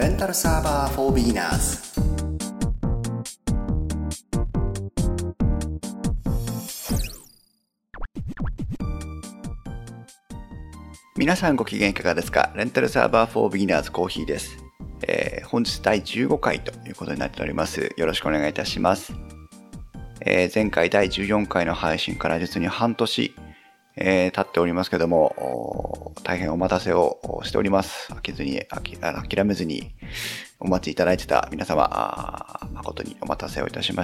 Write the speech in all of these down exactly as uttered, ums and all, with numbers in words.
レンタルサーバー for Beginners。 皆さんご機嫌いかがですか。レンタルサーバー for Beginners コーヒーです。えー、本日だいじゅうごかいということになっております。よろしくお願いいたします。えー、前回だいじゅうよんかいの配信から実に半年、えー、経っておりますけども、大変お待たせをしております。飽きずに、諦めずにお待ちいただいてた皆様、誠にお待たせをいたしました。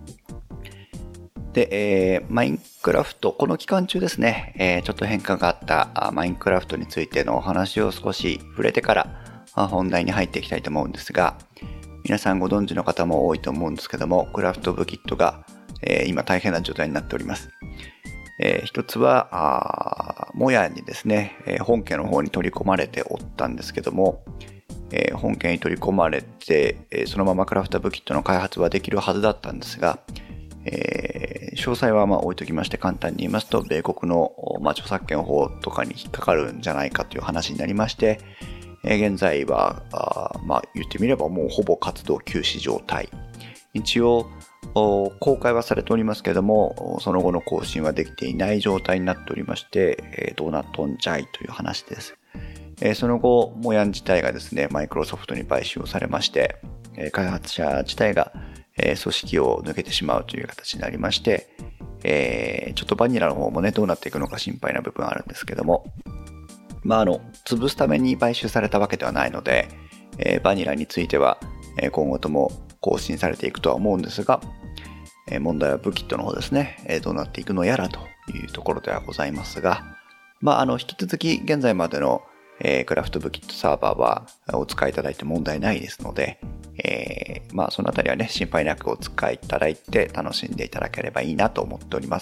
で、えー、マインクラフト、この期間中ですね、えー、ちょっと変化があったマインクラフトについてのお話を少し触れてから本題に入っていきたいと思うんですが、皆さんご存知の方も多いと思うんですけども、クラフトブキットが、えー、今大変な状態になっております。えー、一つは、あもやにですね、えー、本家の方に取り込まれておったんですけども、えー、本家に取り込まれて、えー、そのままクラフトブキットの開発はできるはずだったんですが、えー、詳細はまあ置いときまして、簡単に言いますと、米国の、まあ、著作権法とかに引っかかるんじゃないかという話になりまして、えー、現在はあ、まあ、言ってみればもうほぼ活動休止状態。一応公開はされておりますけども、その後の更新はできていない状態になっておりまして、えー、どうなっとんじゃいという話です。えー、その後、モヤン自体がですね、マイクロソフトに買収をされまして、えー、開発者自体が、えー、組織を抜けてしまうという形になりまして、えー、ちょっとバニラの方もね、どうなっていくのか心配な部分あるんですけども、まあ、あの、潰すために買収されたわけではないので、えー、バニラについては、えー、今後とも更新されていくとは思うんですが、えー、問題はブキットの方ですね、えー、どうなっていくのやらというところではございますが、まあ、あの、引き続き現在までの、えー、クラフトブキットサーバーはお使いいただいて問題ないですので、えー、まあ、そのあたりはね、心配なくお使いいただいて楽しんでいただければいいなと思っております。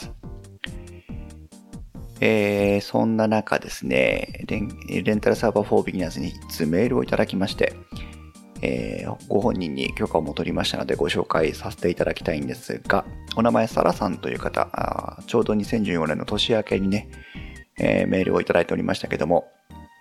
えー、そんな中ですね、レン、レンタルサーバー for Beginners にいつメールをいただきまして、えー、ご本人に許可をも取りましたのでご紹介させていただきたいんですが、お名前サラさんという方、ちょうどにせんじゅうよねんの年明けにね、えー、メールをいただいておりましたけども、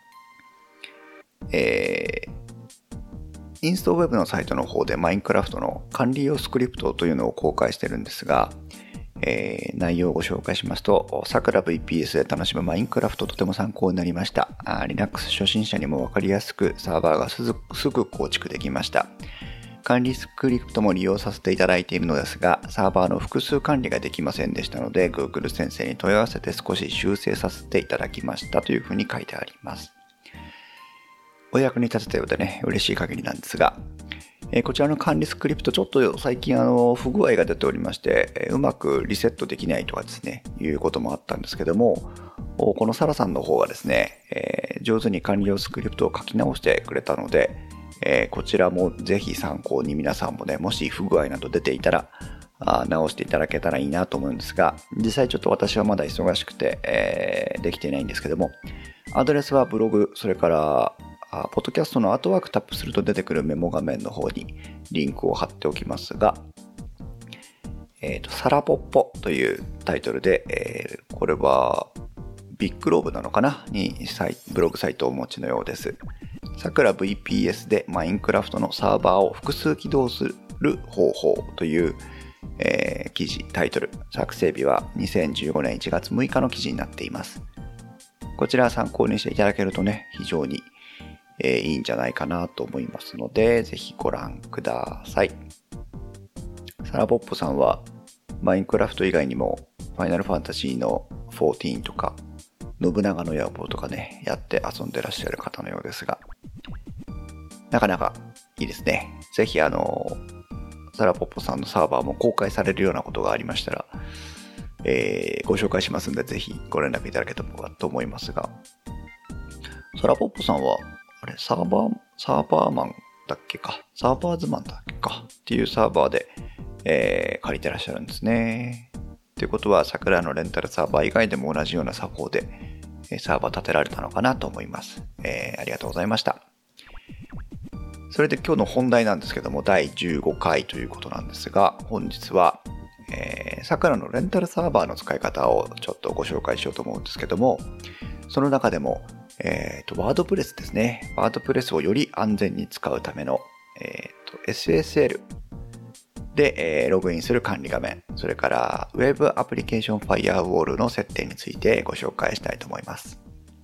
えー、インストウェブのサイトの方でマインクラフトの管理用スクリプトというのを公開してるんですが、えー、内容をご紹介しますと、さくら ブイピーエス で楽しむマインクラフトとても参考になりました。Linux 初心者にもわかりやすくサーバーがすぐ、すぐ構築できました。管理スクリプトも利用させていただいているのですが、サーバーの複数管理ができませんでしたので、Google 先生に問い合わせて少し修正させていただきましたというふうに書いてあります。お役に立てたようでね、嬉しい限りなんですが、えー、こちらの管理スクリプトちょっと最近あの不具合が出ておりまして、えー、うまくリセットできないとかですね、いうこともあったんですけども、このサラさんの方はですね、えー、上手に管理用スクリプトを書き直してくれたので、えー、こちらもぜひ参考に皆さんもね、もし不具合など出ていたらあ直していただけたらいいなと思うんですが、実際ちょっと私はまだ忙しくて、えー、できていないんですけども、アドレスはブログ、それからあポッドキャストのアートワークタップすると出てくるメモ画面の方にリンクを貼っておきますが、えっと、サラポッポというタイトルで、えー、これはビッグローブなのかなにサイブログサイトをお持ちのようです。さくら ブイピーエス でマインクラフトのサーバーを複数起動する方法という、えー、記事、タイトル、作成日はにせんじゅうごねんいちがつむいかの記事になっています。こちら参考にしていただけるとね、非常にえー、いいんじゃないかなと思いますので、ぜひご覧ください。サラポッポさんはマインクラフト以外にもファイナルファンタジーのじゅうよんとか信長の野望とかね、やって遊んでらっしゃる方のようですが、なかなかいいですね。ぜひあのサラポッポさんのサーバーも公開されるようなことがありましたら、えー、ご紹介しますので、ぜひご連絡いただけたらと思いますが、サラポッポさんはあれ、サーバー、サーバーマンだっけか、サーバーズマンだっけかっていうサーバーで、えー、借りてらっしゃるんですね。ということは、桜のレンタルサーバー以外でも同じような作法で、サーバー立てられたのかなと思います。えー、ありがとうございました。それで今日の本題なんですけども、だいじゅうごかいということなんですが、本日は、えー、桜のレンタルサーバーの使い方をちょっとご紹介しようと思うんですけども、その中でも、 えーと、ワードプレスですね。ワードプレスをより安全に使うための、えーと、エスエスエル で、えー、ログインする管理画面、それから Web アプリケーション Firewall の設定についてご紹介したいと思います。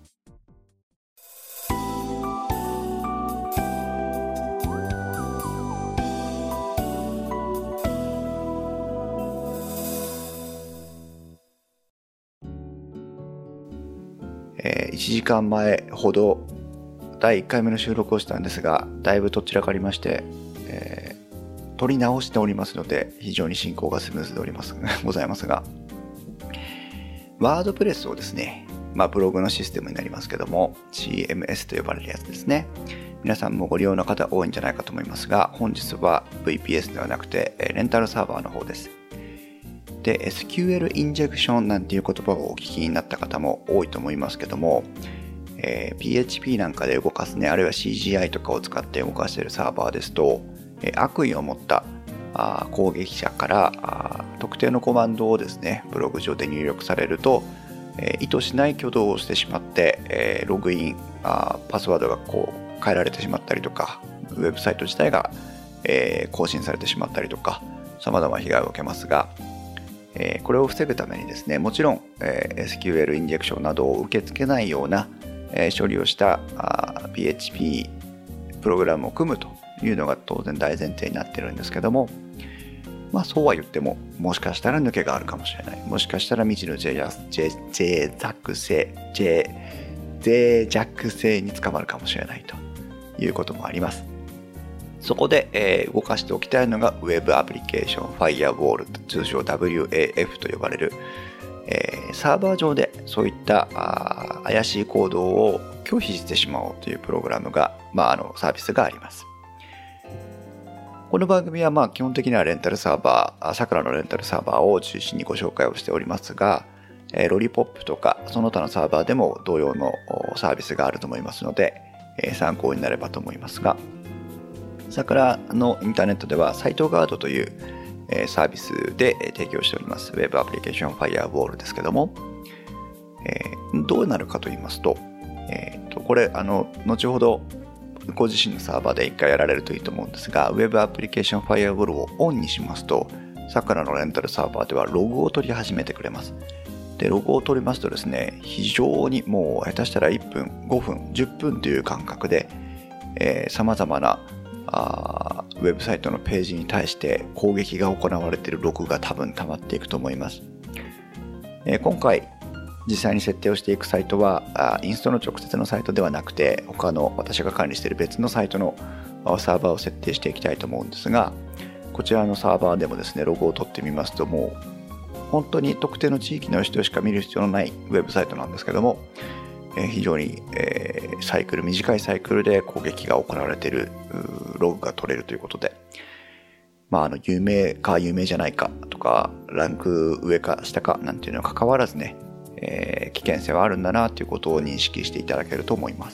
いちじかんまえほどだいいっかいめの収録をしたんですが、だいぶとっちらかりまして、えー、撮り直しておりますので非常に進行がスムーズでおりますございますが、ワードプレスをですね、まあブログのシステムになりますけども シーエムエス と呼ばれるやつですね。皆さんもご利用の方多いんじゃないかと思いますが、本日は ブイピーエス ではなくてレンタルサーバーの方です。で エスキューエル インジェクションなんていう言葉をお聞きになった方も多いと思いますけども、えー、ピーエイチピー なんかで動かすね、あるいは シージーアイ とかを使って動かしているサーバーですと、えー、悪意を持ったあ攻撃者からあ特定のコマンドをですね、ブログ上で入力されると、えー、意図しない挙動をしてしまって、えー、ログインあパスワードがこう変えられてしまったりとか、ウェブサイト自体が、えー、更新されてしまったりとか、様々な被害を受けますが、えー、これを防ぐためにですね、もちろん、えー、エスキューエル インジェクションなどを受け付けないような、えー、処理をしたあ ピーエイチピー プログラムを組むというのが当然大前提になっているんですけども、まあそうは言っても、もしかしたら抜けがあるかもしれない。もしかしたら未知の脆弱性、脆弱性に捕まるかもしれないということもあります。そこで、えー、動かしておきたいのが Web アプリケーション Firewall、通称 ダブリューエーエフ と呼ばれる、えー、サーバー上でそういったあ怪しい行動を拒否してしまおうというプログラムが、まあ、あのサービスがあります。この番組はまあ基本的にはレンタルサーバー、さくらのレンタルサーバーを中心にご紹介をしておりますが、えー、ロリポップとかその他のサーバーでも同様のサービスがあると思いますので、えー、参考になればと思いますが、さくらのインターネットではサイトガードというサービスで提供しております Web アプリケーション Firewall ですけども、えー、どうなるかと言いますと、えー、とこれあの後ほどご自身のサーバーで一回やられるといいと思うんですが、 Web アプリケーション Firewall をオンにしますと、さくらのレンタルサーバーではログを取り始めてくれます。でログを取りますとですね、非常にもう下手したらいっぷん、ごふん、じゅっぷんという間隔でさまざまなあウェブサイトのページに対して攻撃が行われているログが多分溜まっていくと思います。えー、今回実際に設定をしていくサイトはあインストの直接のサイトではなくて、他の私が管理している別のサイトのサーバーを設定していきたいと思うんですが、こちらのサーバーでもですね、ログを取ってみますと、もう本当に特定の地域の人しか見る必要のないウェブサイトなんですけども、非常に、えー、サイクル短いサイクルで攻撃が行われているログが取れるということで、まあ、あの有名か有名じゃないかとか、ランク上か下かなんていうのは関わらずね、えー、危険性はあるんだなということを認識していただけると思います。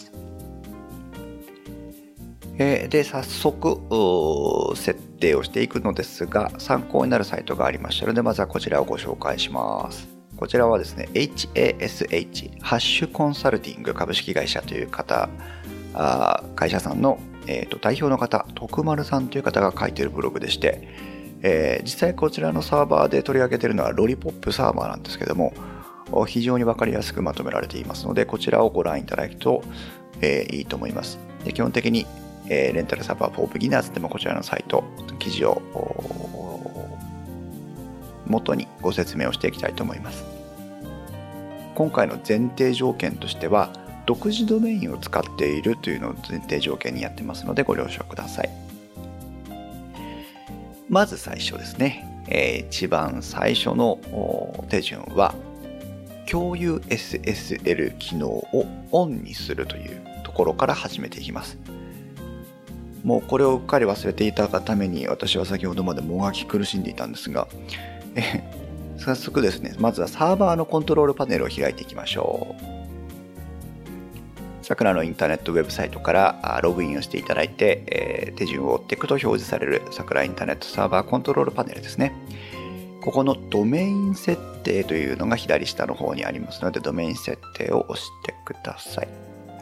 えー、で早速設定をしていくのですが、参考になるサイトがありましたので、まずはこちらをご紹介します。こちらはですね、エイチエーエスエイチ ハッシュコンサルティング株式会社という方、あ会社さんの、えー、と代表の方、徳丸さんという方が書いているブログでして、えー、実際こちらのサーバーで取り上げているのはロリポップサーバーなんですけども、非常に分かりやすくまとめられていますので、こちらをご覧いただくと、えー、いいと思います。で基本的に、えー、レンタルサーバー for Beginners でもこちらのサイト、記事を元にご説明をしていきたいと思います。今回の前提条件としては、独自ドメインを使っているというのを前提条件にやってますのでご了承ください。まず最初ですね、えー、一番最初の手順は共有 エスエスエル 機能をオンにするというところから始めていきます。もうこれをうっかり忘れていたがために、私は先ほどまでもがき苦しんでいたんですが、え早速ですね、まずはサーバーのコントロールパネルを開いていきましょう。さくらのインターネットウェブサイトからログインをしていただいて、えー、手順を追っていくと表示されるさくらインターネットサーバーコントロールパネルですね。ここのドメイン設定というのが左下の方にありますので、ドメイン設定を押してください。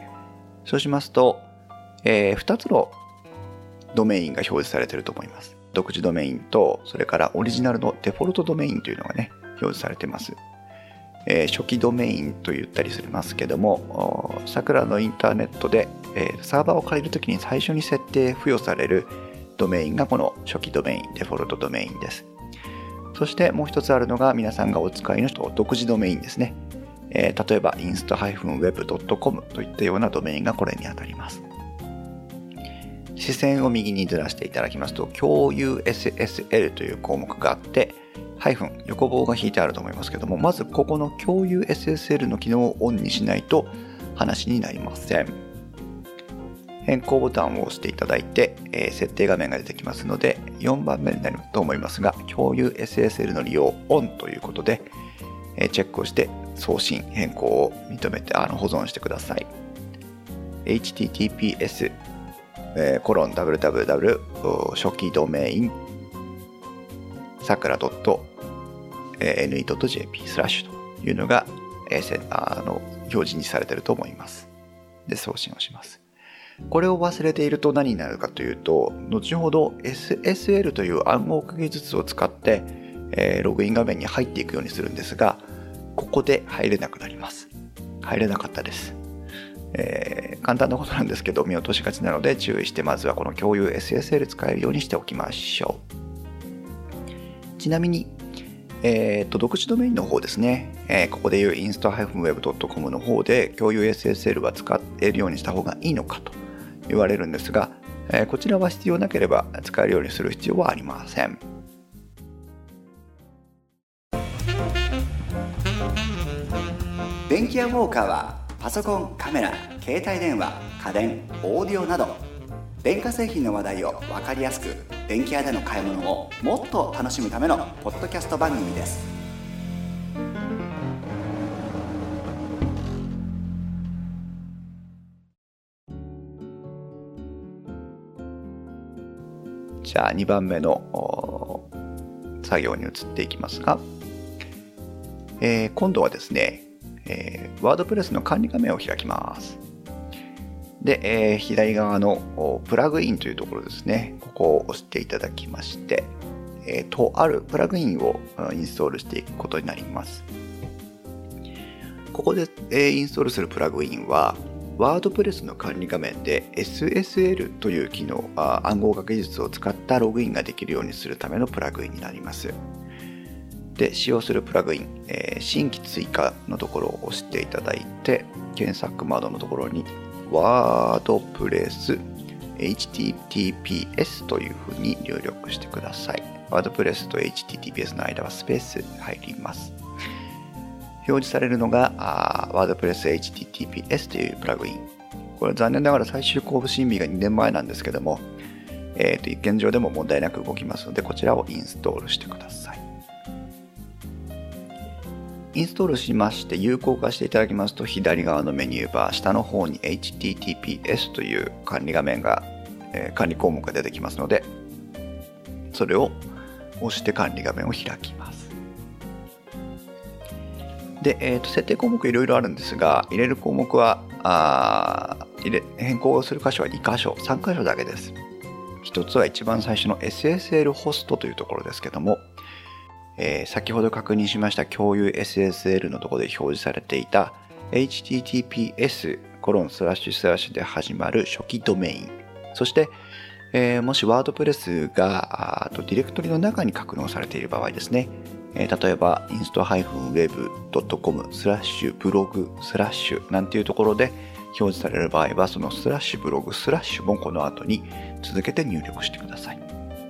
そうしますと、えー、ふたつのドメインが表示されていると思います。独自ドメインと、それからオリジナルのデフォルトドメインというのがね、表示されています。えー、初期ドメインと言ったりしますけども、さくらのインターネットで、えー、サーバーを借りるときに最初に設定付与されるドメインがこの初期ドメイン、デフォルトドメインです。そしてもう一つあるのが皆さんがお使いの独自ドメインですね。えー、例えば インスト ウェブ ドット コム といったようなドメインがこれにあたります。視線を右にずらしていただきますと、共有 エスエスエル という項目があって、ハイフン、横棒が引いてあると思いますけども、まずここの共有 エスエスエル の機能をオンにしないと話になりません。変更ボタンを押していただいて、えー、設定画面が出てきますので、よんばんめになると思いますが、共有 エスエスエル の利用オンということで、えー、チェックをして送信、変更を認めてあの保存してください。エイチティーティーピーエス コロン ダブリューダブリューダブリュー 初期ドメインさくら ドット エヌイー ドット ジェーピー スラッシュというのが、えー、あの表示にされていると思います。で、送信をします。これを忘れていると何になるかというと、後ほど エスエスエル という暗号化技術を使って、えー、ログイン画面に入っていくようにするんですが、ここで入れなくなります。入れなかったです。えー、簡単なことなんですけど見落としがちなので注意して、まずはこの共有 エスエスエル 使えるようにしておきましょう。ちなみに、えー、と独自ドメインの方ですね、えー、ここでいう インスト ウェブ ドット コム の方で共有 エスエスエル は使えるようにした方がいいのかと言われるんですが、えー、こちらは必要なければ使えるようにする必要はありません。 電気屋ウォーカーはパソコン、カメラ、携帯電話、家電、オーディオなど電化製品の話題を分かりやすく電気屋での買い物をもっと楽しむためのポッドキャスト番組です。 じゃあにばんめの作業に移っていきますが、えー、今度はですね、えー、ワードプレスの管理画面を開きます。で、えー、左側のプラグインというところですね、ここを押していただきまして、えー、とあるプラグインをインストールしていくことになります。ここで、えー、インストールするプラグインは、ワードプレスの管理画面で エスエスエル という機能、あ暗号化技術を使ったログインができるようにするためのプラグインになります。で、使用するプラグイン、えー、新規追加のところを押していただいて、検索窓のところにワードプレス エイチティーティーピーエス というふうに入力してください。ワードプレスと エイチティーティーピーエス の間はスペース入ります。表示されるのがワードプレス エイチティーティーピーエス というプラグイン。これ残念ながら最終交付審議がにねんまえなんですけども、えー、と現状でも問題なく動きますので、こちらをインストールしてください。インストールしまして有効化していただきますと、左側のメニューバー下の方に エイチティーティーピーエス という管理画面が、えー、管理項目が出てきますので、それを押して管理画面を開きます。で、えー、と設定項目いろいろあるんですが、入れる項目はあ入れ変更する箇所はにかしょ、さんかしょだけです。一つは一番最初の エスエスエル ホストというところですけども、えー、先ほど確認しました共有 エスエスエル のところで表示されていた エイチティーティーピーエス コロンスラッシュスラッシュで始まる初期ドメイン、そして、えー、もしワードプレスがあとディレクトリの中に格納されている場合ですね、えー、例えば インスト ウェブ ドット コム スラッシュブログスラッシュなんていうところで表示される場合は、そのスラッシュブログスラッシュもこの後に続けて入力してください。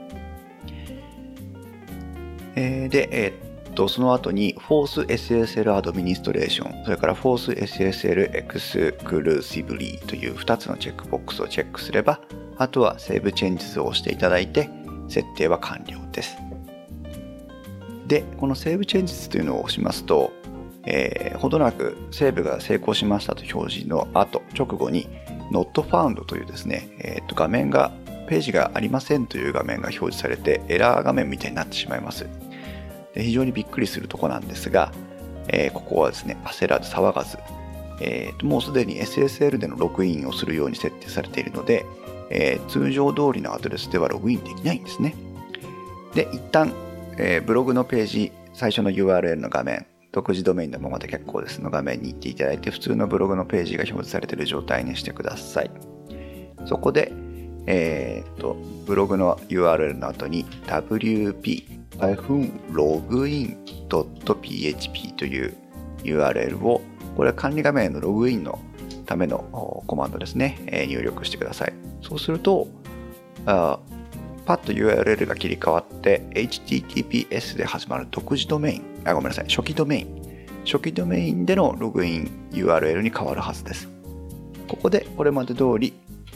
えー、で、えー、っとその後に Force エスエスエル Administration、それから Force エスエスエル Exclusively というふたつのチェックボックスをチェックすれば、あとは Save Changes を押していただいて設定は完了です。で、この Save Changes というのを押しますと、えー、ほどなくセーブが成功しましたと表示の後、直後に Not Found というですね、えー、と画面がページがありませんという画面が表示されてエラー画面みたいになってしまいます。で、非常にびっくりするところなんですが、えー、ここはですね、焦らず騒がず、 えー、ともうすでに エスエスエル でのログインをするように設定されているので、えー、通常通りのアドレスではログインできないんですね。で、一旦、えー、ブログのページ、最初の ユーアールエル の画面、独自ドメインのままで結構ですの画面に行っていただいて、普通のブログのページが表示されている状態にしてください。そこで、えー、とブログの ユーアールエル の後に ダブリューピー ログイン ドット ピーエイチピー という ユーアールエル を、これは管理画面のログインのためのコマンドですね、えー、入力してください。そうすると、あパッと ユーアールエル が切り替わって エイチティーティーピーエス で始まる独自ドメイン、あ、ごめんなさい、初期ドメイン、初期ドメインでのログイン ユーアールエル に変わるはずです。ここでこれまで通り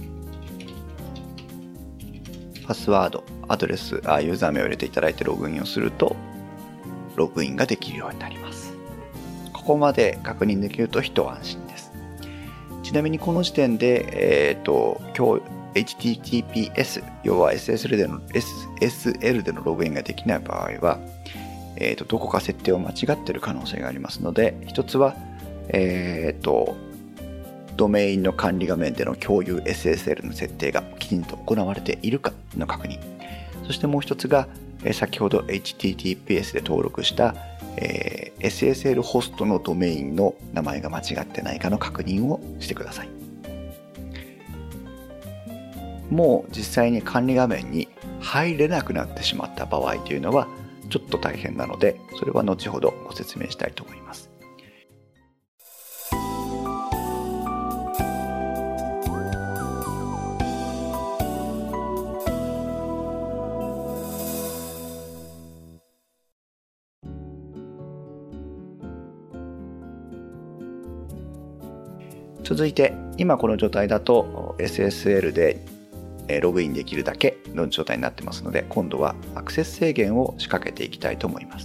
パスワード、アドレス、あ、ユーザー名を入れていただいてログインをするとログインができるようになります。ここまで確認できると一安心です。ちなみにこの時点で、えっと、今日 エイチティーティーピーエス、要は エスエスエル での エスエスエル でのログインができない場合は、えっと、どこか設定を間違っている可能性がありますので、一つは、えっと、ドメインの管理画面での共有 エスエスエル の設定がきちんと行われているかの確認。そしてもう一つが、先ほど エイチティーティーピーエス で登録した、えー、エスエスエル ホストのドメインの名前が間違ってないかの確認をしてください。もう実際に管理画面に入れなくなってしまった場合というのはちょっと大変なので、それは後ほどご説明したいと思います。続いて、今この状態だと エスエスエル でログインできるだけの状態になってますので、今度はアクセス制限を仕掛けていきたいと思います。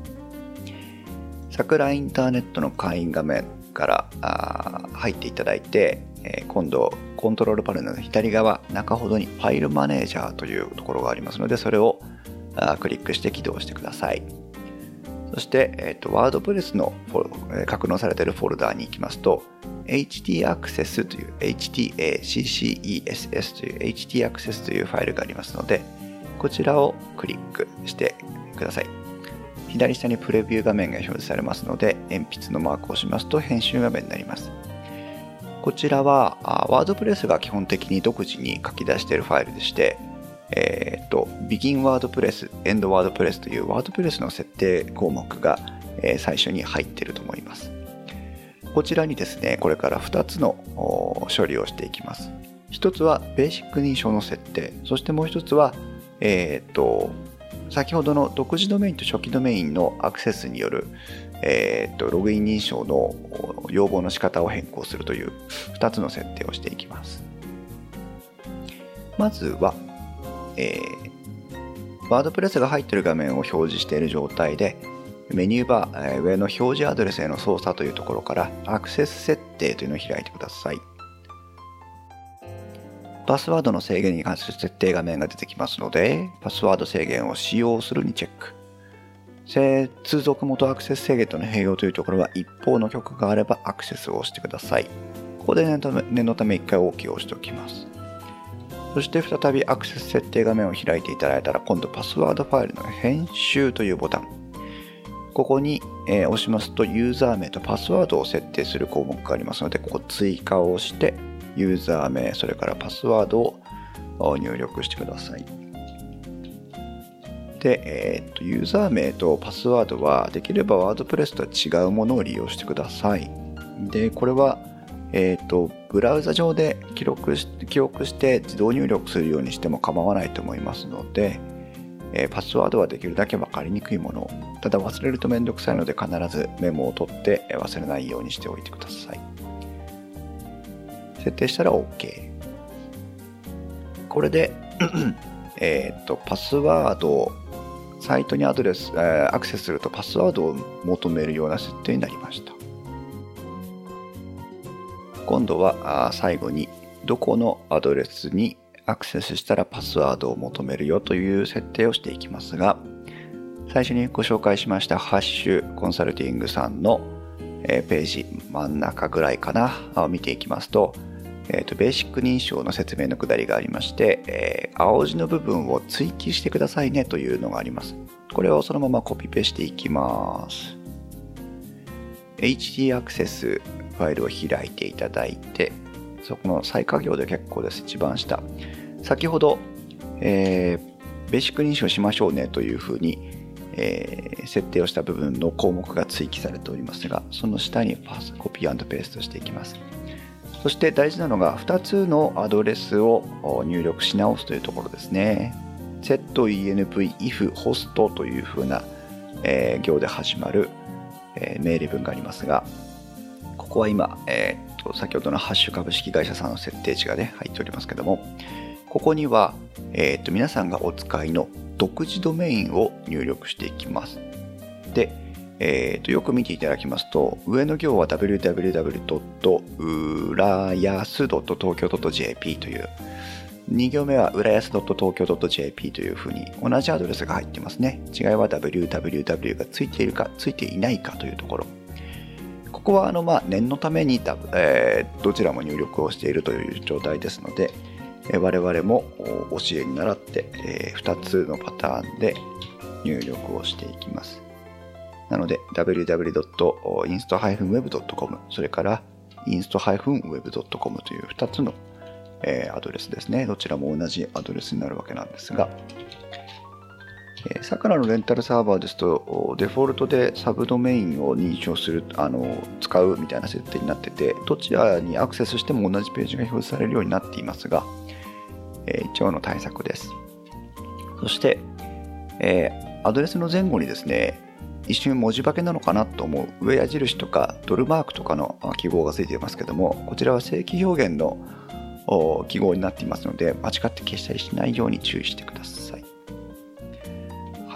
桜インターネットの会員画面から入っていただいて、今度コントロールパネルの左側中ほどにファイルマネージャーというところがありますので、それをクリックして起動してください。そして、えーと、ワードプレスの格納されているフォルダーに行きますと、エイチティー access という エイチティーエーシーシーイーエスエス という エイチティー access というファイルがありますので、こちらをクリックしてください。左下にプレビュー画面が表示されますので、鉛筆のマークを押しますと編集画面になります。こちらはワードプレスが基本的に独自に書き出しているファイルでして、えー、と Begin WordPress、End WordPress という WordPress の設定項目が、えー、最初に入っていると思います。こちらにですね、これからふたつの処理をしていきます。ひとつはベーシック認証の設定、そしてもうひとつは、えー、と先ほどの独自ドメインと初期ドメインのアクセスによる、えー、とログイン認証の要望の仕方を変更するというふたつの設定をしていきます。まずはえー、ワードプレスが入っている画面を表示している状態で、メニューバー、えー、上の表示アドレスへの操作というところからアクセス設定というのを開いてください。パスワードの制限に関する設定画面が出てきますので、パスワード制限を使用するにチェック。通属元アクセス制限との併用というところは一方の許可があればアクセスを押してください。ここで念のため一回 OK を押しておきます。そして再びアクセス設定画面を開いていただいたら、今度パスワードファイルの編集というボタン、ここに押しますとユーザー名とパスワードを設定する項目がありますので、ここ追加をしてユーザー名、それからパスワードを入力してください。で、えー、とユーザー名とパスワードはできればワードプレスとは違うものを利用してください。で、これはえーと、ブラウザ上で記録し、記憶して自動入力するようにしても構わないと思いますので、えー、パスワードはできるだけ分かりにくいものを、ただ忘れるとめんどくさいので必ずメモを取って忘れないようにしておいてください。設定したら OK。これで、えーと、パスワードをサイトにアドレス、えー、アクセスするとパスワードを求めるような設定になりました。今度は最後にどこのアドレスにアクセスしたらパスワードを求めるよという設定をしていきますが、最初にご紹介しましたハッシュコンサルティングさんのえー、ページ真ん中ぐらいかなを見ていきますと、えーと、ベーシック認証の説明のくだりがありまして、えー、青字の部分を追記してくださいねというのがあります。これをそのままコピペしていきます。エイチティー アクセスファイルを開いていただいて、そこの再稼業で結構です。一番下。先ほど、えー、ベーシック認証しましょうねというふうに、えー、設定をした部分の項目が追記されておりますが、その下にパスコピー&ペーストしていきます。そして大事なのがふたつのアドレスを入力し直すというところですね。zenv if host というふうな、えー、行で始まる、えー、命令文がありますが、ここは今、えー、と先ほどのハッシュ株式会社さんの設定値がね入っておりますけども、ここには、えー、と皆さんがお使いの独自ドメインを入力していきます。で、えー、とよく見ていただきますと、上の行は ダブリューダブリューダブリュードットうらやすドット東京ドットジェーピー という、に行目は浦安 ドット東京ドットジェーピー というふうに同じアドレスが入っていますね。違いは ダブリューダブリューダブリュー がついているかついていないかというところ。ここはあの、まあ、念のために、えー、どちらも入力をしているという状態ですので、えー、我々も教えに倣って、えー、ふたつのパターンで入力をしていきます。なので ダブリューダブリューダブリュードットインストウェブドットコム それから インストウェブドットコム というふたつの、えー、アドレスですね。どちらも同じアドレスになるわけなんですが、えー、さくらのレンタルサーバーですとデフォルトでサブドメインを認証する、あの使うみたいな設定になってて、どちらにアクセスしても同じページが表示されるようになっていますが、えー、一応の対策です。そして、えー、アドレスの前後にですね、一瞬文字化けなのかなと思う上矢印とかドルマークとかの記号がついていますけども、こちらは正規表現の記号になっていますので、間違って消したりしないように注意してください。はい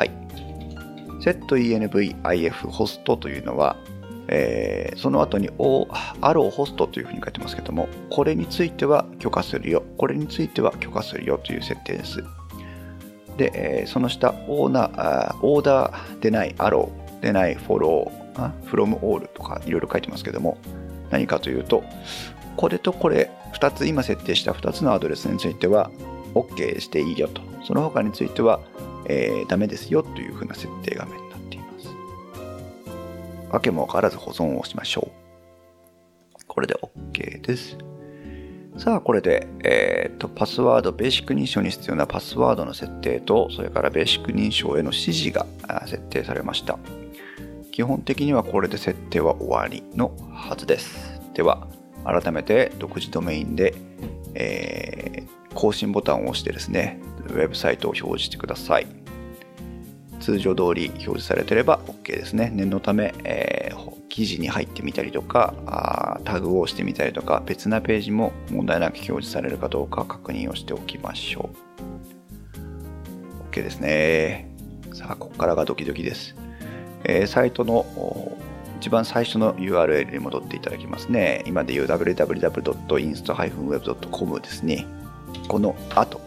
。zenv if host というのは、えー、その後に arrow host というふうに書いてますけども、これについては許可するよ、これについては許可するよという設定です。で、えー、その下、オーナー、オーダーでない、アローでない、フォロー、フロムオールとかいろいろ書いてますけども、何かというと、これとこれ、ふたつ、今設定したふたつのアドレスについては OK していいよと、その他については、えー、ダメですよというふうな設定画面になっています。わけもわからず保存をしましょう。これで OK です。さあ、これで、えー、とパスワード、ベーシック認証に必要なパスワードの設定と、それからベーシック認証への指示が設定されました。基本的にはこれで設定は終わりのはずです。では、改めて独自ドメインで、えー、更新ボタンを押してですね、ウェブサイトを表示してください。通常通り表示されていれば OK ですね。念のため、えー、記事に入ってみたりとか、あタグを押してみたりとか、別なページも問題なく表示されるかどうか確認をしておきましょう。OK ですね。さあ、ここからがドキドキです。えー、サイトの一番最初の ユーアールエル に戻っていただきますね。今でいう ダブリューダブリューダブリュードットインストウェブドットコム ですね。この後、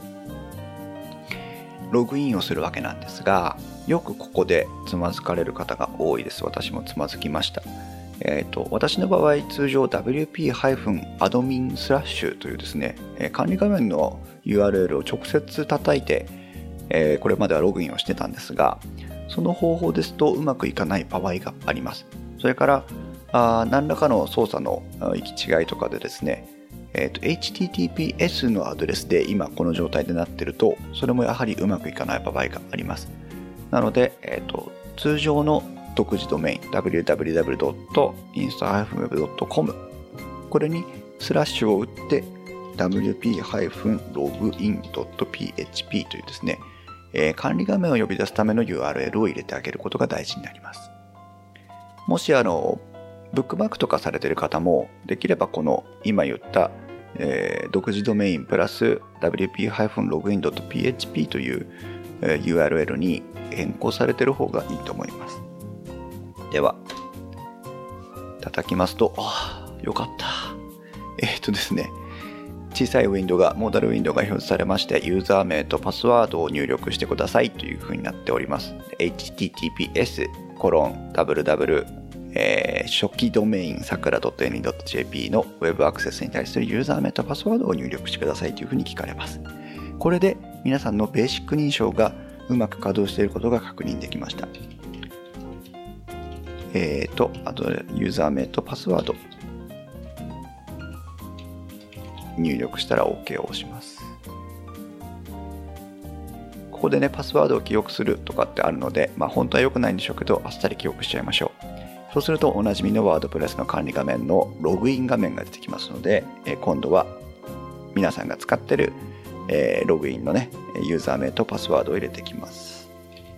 ログインをするわけなんですが、よくここでつまずかれる方が多いです。私もつまずきました。えーと、私の場合、通常 ダブリューピー アドミン スラッシュというですね、管理画面の ユーアールエル を直接叩いて、えー、これまではログインをしてたんですが、その方法ですとうまくいかない場合があります。それから、あ何らかの操作の行き違いとかでですね、えーと、エイチティーティーピーエス のアドレスで今この状態でなっていると、それもやはりうまくいかない場合があります。なので、えーと、通常の独自ドメイン ダブリューダブリューダブリュードットインストウェブドットコム これにスラッシュを打って ダブリューピー ログイン ドット ピーエイチピー というですね、えー、管理画面を呼び出すための ユーアールエル を入れてあげることが大事になります。もしあのブックマークとかされている方も、できればこの今言った、えー、独自ドメインプラス ダブリューピー ログイン ドット ピーエイチピー という、えー、ユーアールエル に変更されている方がいいと思います。では叩きますと、ああよかった。えー、っとですね小さいウィンドウが、モーダルウィンドウが表示されまして、ユーザー名とパスワードを入力してくださいというふうになっております。エイチティーティーピーエスコロンダブルダブルえー、初期ドメインさくら .any.jp の Web アクセスに対するユーザー名とパスワードを入力してくださいというふうに聞かれます。これで皆さんのベーシック認証がうまく稼働していることが確認できました。えーと、あとユーザー名とパスワード入力したら OK を押します。ここでね、パスワードを記憶するとかってあるので、まあ本当は良くないんでしょうけど、あっさり記憶しちゃいましょう。そうするとおなじみのワードプレスの管理画面のログイン画面が出てきますので、え今度は皆さんが使ってる、えー、ログインのね、ユーザー名とパスワードを入れてきます。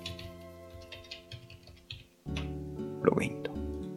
ログインと。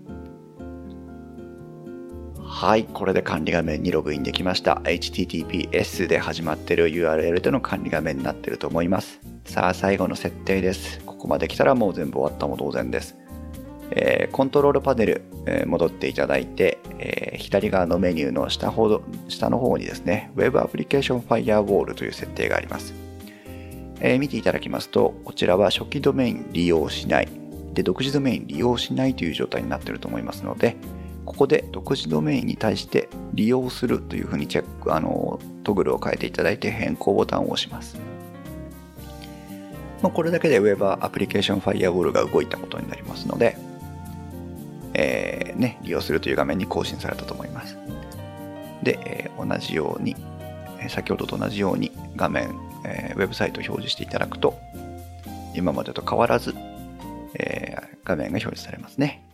はい、これで管理画面にログインできました。エイチティーティーピーエス で始まっている ユーアールエル での管理画面になっていると思います。さあ、最後の設定です。ここまで来たらもう全部終わったも同然です。えー、コントロールパネル、えー、戻っていただいて、えー、左側のメニューの下ほど下の方にですね、Web Application Firewall という設定があります。えー、見ていただきますと、こちらは初期ドメイン利用しないで、独自ドメイン利用しないという状態になっていると思いますので、ここで独自ドメインに対して利用するというふうにチェック、あのトグルを変えていただいて変更ボタンを押します。まあ、これだけで Web Application Firewall が動いたことになりますので、えーね、利用するという画面に更新されたと思います。で、えー、同じように、先ほどと同じように画面、えー、ウェブサイトを表示していただくと、今までと変わらず、えー、画面が表示されますね。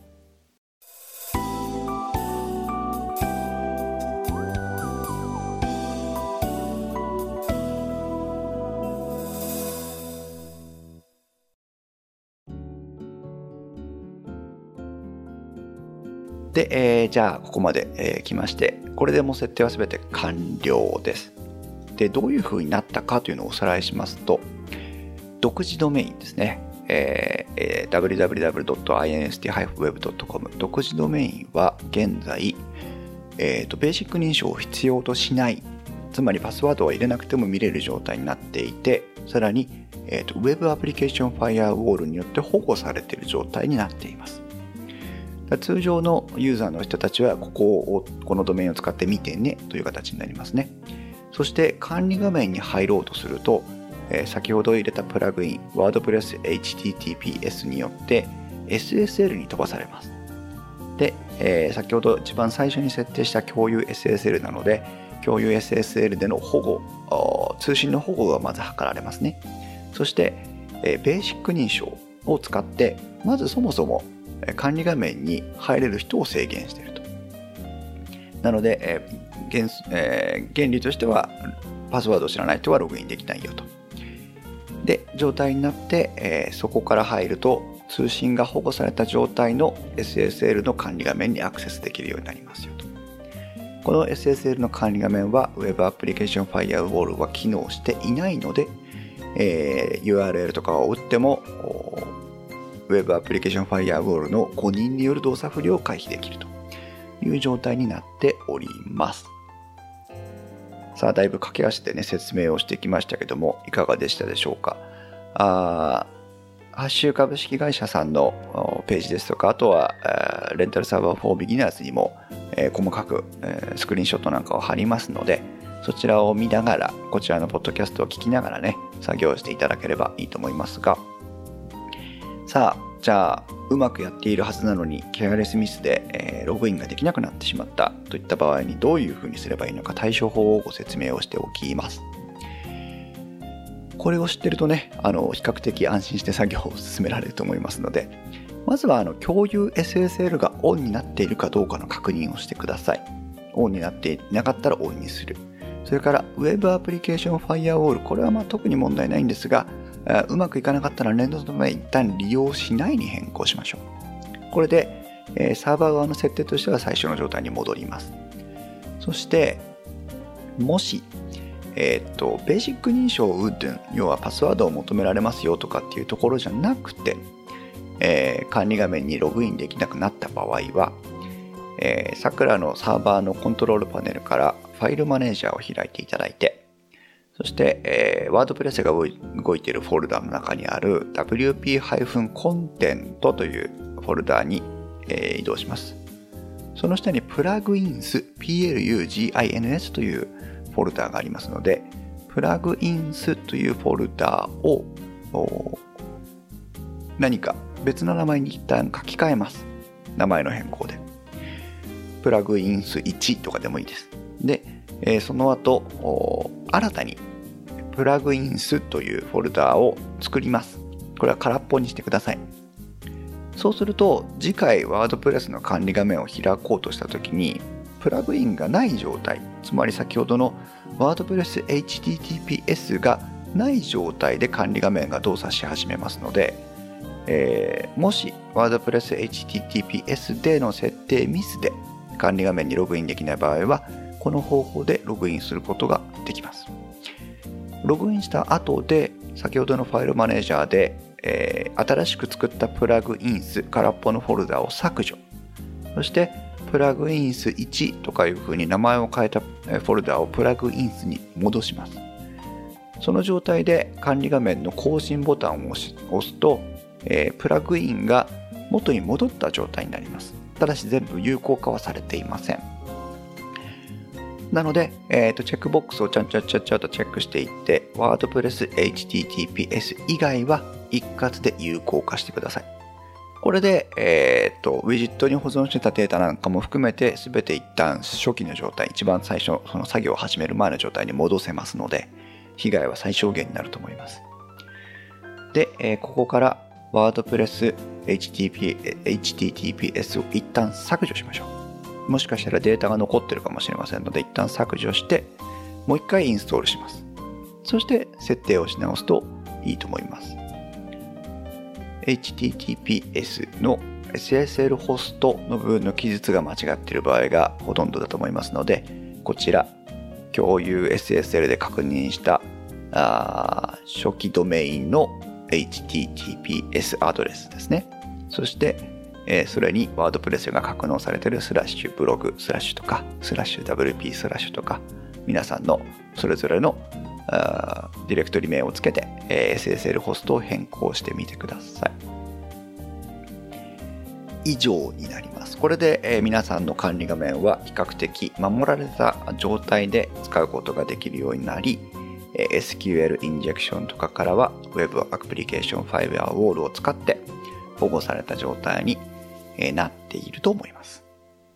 で、えー、じゃあここまで、えー、来まして、これでもう設定はすべて完了です。で、どういう風になったかというのをおさらいしますと、独自ドメインですね、えー、ダブリューダブリューダブリュードットアイエヌエスティーウェブドットコム 独自ドメインは現在、えーと、ベーシック認証を必要としない、つまりパスワードを入れなくても見れる状態になっていて、さらに、えーと、Web Application Firewall によって保護されている状態になっています。通常のユーザーの人たちはここをこのドメインを使って見てねという形になりますね。そして管理画面に入ろうとすると、えー、先ほど入れたプラグイン WordPress エイチティーティーピーエス によって エスエスエル に飛ばされます。で、えー、先ほど一番最初に設定した共有 エスエスエル なので、共有 エスエスエル での保護、通信の保護がまず図られますね。そして、えー、ベーシック認証を使ってまずそもそも管理画面に入れる人を制限していると。なので、えー 原, えー、原理としてはパスワードを知らない人はログインできないよと。で、状態になって、えー、そこから入ると通信が保護された状態の エスエスエル の管理画面にアクセスできるようになりますよと。この エスエスエル の管理画面は Web Application Firewall は機能していないので、えー、ユーアールエル とかを打ってもWeb Application Firewall の誤認による動作不良を回避できるという状態になっております。さあ、だいぶ駆け足でね、説明をしてきましたけども、いかがでしたでしょうか。あハッシュ株式会社さんのページですとか、あとはレンタルサーバーフォービギナーズにも細かくスクリーンショットなんかを貼りますので、そちらを見ながら、こちらのポッドキャストを聞きながらね、作業していただければいいと思いますが、さあ、じゃあうまくやっているはずなのにケアレスミスで、えー、ログインができなくなってしまったといった場合にどういうふうにすればいいのか対処法をご説明をしておきます。これを知ってるとね、あの比較的安心して作業を進められると思いますので、まずはあの共有 エスエスエル がオンになっているかどうかの確認をしてください。オンになっていなかったらオンにする。それから Web Application Firewall、 これはまあ特に問題ないんですが、うまくいかなかったら連動ドメイン一旦利用しないに変更しましょう。これで、えー、サーバー側の設定としては最初の状態に戻ります。そしてもし、えー、っとベーシック認証を打って要はパスワードを求められますよとかっていうところじゃなくて、えー、管理画面にログインできなくなった場合は、えー、さくらのサーバーのコントロールパネルからファイルマネージャーを開いていただいて、そして、えー、ワードプレスが動いているフォルダの中にある ダブリューピー コンテントというフォルダにえー、移動します。その下にプラグインス ピーエルユージーアイエヌエス というフォルダがありますので、プラグインスというフォルダを何か別の名前に一旦書き換えます。名前の変更で。プラグインスいちとかでもいいです。で、えー、その後、新たにプラグインスというフォルダを作ります。これは空っぽにしてください。そうすると、次回ワードプレスの管理画面を開こうとしたときに、プラグインがない状態、つまり先ほどのワードプレス エイチティーティーピーエス がない状態で管理画面が動作し始めますので、えー、もしワードプレス エイチティーティーピーエス での設定ミスで管理画面にログインできない場合は、この方法でログインすることができます。ログインした後で、先ほどのファイルマネージャーで、えー、新しく作ったプラグインス空っぽのフォルダを削除。そしてプラグインスいちとかいうふうに名前を変えたフォルダをプラグインスに戻します。その状態で管理画面の更新ボタンを押すと、えー、プラグインが元に戻った状態になります。ただし全部有効化はされていません。なので、えー、とチェックボックスをちゃんちゃんちゃんちゃんとチェックしていって、ワードプレス エイチティーティーピーエス 以外は一括で有効化してください。これで、えー、とウィジットに保存してたデータなんかも含めて全て一旦初期の状態、一番最初その作業を始める前の状態に戻せますので、被害は最小限になると思います。で、えー、ここからワードプレス エイチティーティーピーエス を一旦削除しましょう。もしかしたらデータが残ってるかもしれませんので、一旦削除してもう一回インストールします。そして設定をし直すといいと思います。エイチティーティーピーエス の エスエスエル ホストの部分の記述が間違っている場合がほとんどだと思いますので、こちら共有 エスエスエル で確認したあ初期ドメインの エイチティーティーピーエス アドレスですね。そしてえー、それにワードプレスが格納されているスラッシュブログスラッシュとかスラッシュ ダブリューピー スラッシュとか皆さんのそれぞれのあディレクトリ名をつけて、えー、エスエスエル ホストを変更してみてください。以上になります。これで、えー、皆さんの管理画面は比較的守られた状態で使うことができるようになり、えー、エスキューエル インジェクションとかからは Web アプリケーションファイルやウォールを使って保護された状態になっていると思います。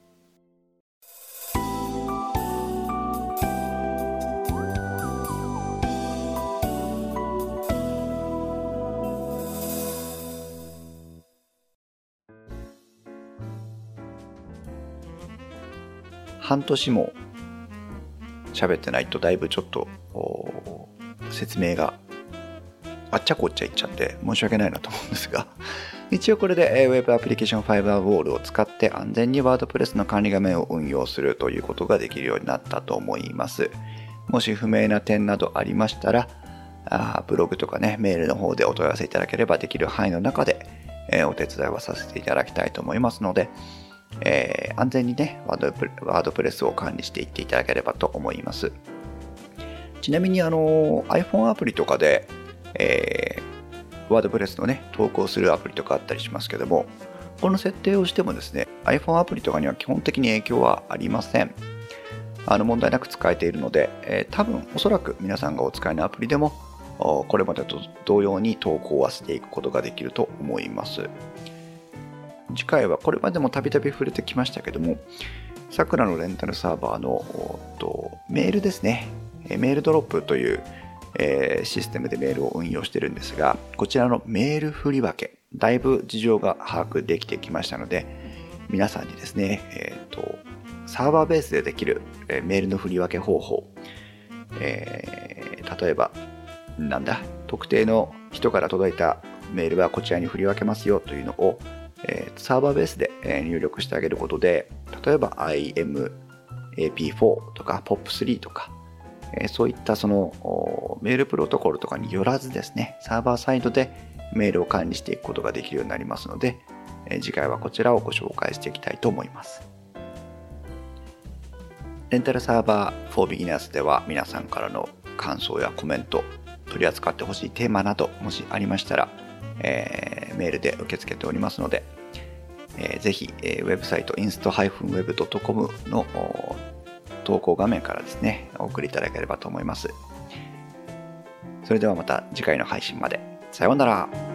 半年も喋ってないとだいぶちょっと説明があっちゃこっちゃいっちゃって申し訳ないなと思うんですが、一応これで Web アプリケーションファイバーウォールを使って安全にワードプレスの管理画面を運用するということができるようになったと思います。もし不明な点などありましたら、あブログとかね、メールの方でお問い合わせいただければできる範囲の中で、えー、お手伝いはさせていただきたいと思いますので、えー、安全にねワードプレ、ワードプレスを管理していっていただければと思います。ちなみにあの iPhone アプリとかで、えーワードプレスのね投稿するアプリとかあったりしますけども、この設定をしてもですね iPhone アプリとかには基本的に影響はありません。あの問題なく使えているので、えー、多分おそらく皆さんがお使いのアプリでもこれまでと同様に投稿はしていくことができると思います。次回はこれまでもたびたび触れてきましたけども、さくらのレンタルサーバーのとメールですね、メールドロップというえー、システムでメールを運用してるんですが、こちらのメール振り分け、だいぶ事情が把握できてきましたので、皆さんにですね、えーと、サーバーベースでできる、えー、メールの振り分け方法、えー、例えば、なんだ、特定の人から届いたメールはこちらに振り分けますよというのを、えー、サーバーベースで入力してあげることで、例えば アイエムエーピーフォー とか ポップスリー とか、そういったそのメールプロトコルとかによらずですね、サーバーサイドでメールを管理していくことができるようになりますので、次回はこちらをご紹介していきたいと思います。レンタルサーバー for Beginners では皆さんからの感想やコメント、取り扱ってほしいテーマなどもしありましたら、えー、メールで受け付けておりますので、 えー、ぜひ、えー、ウェブサイト インスト ウェブ ドットコム の投稿画面からですね、お送りいただければと思います。それではまた次回の配信まで。さようなら。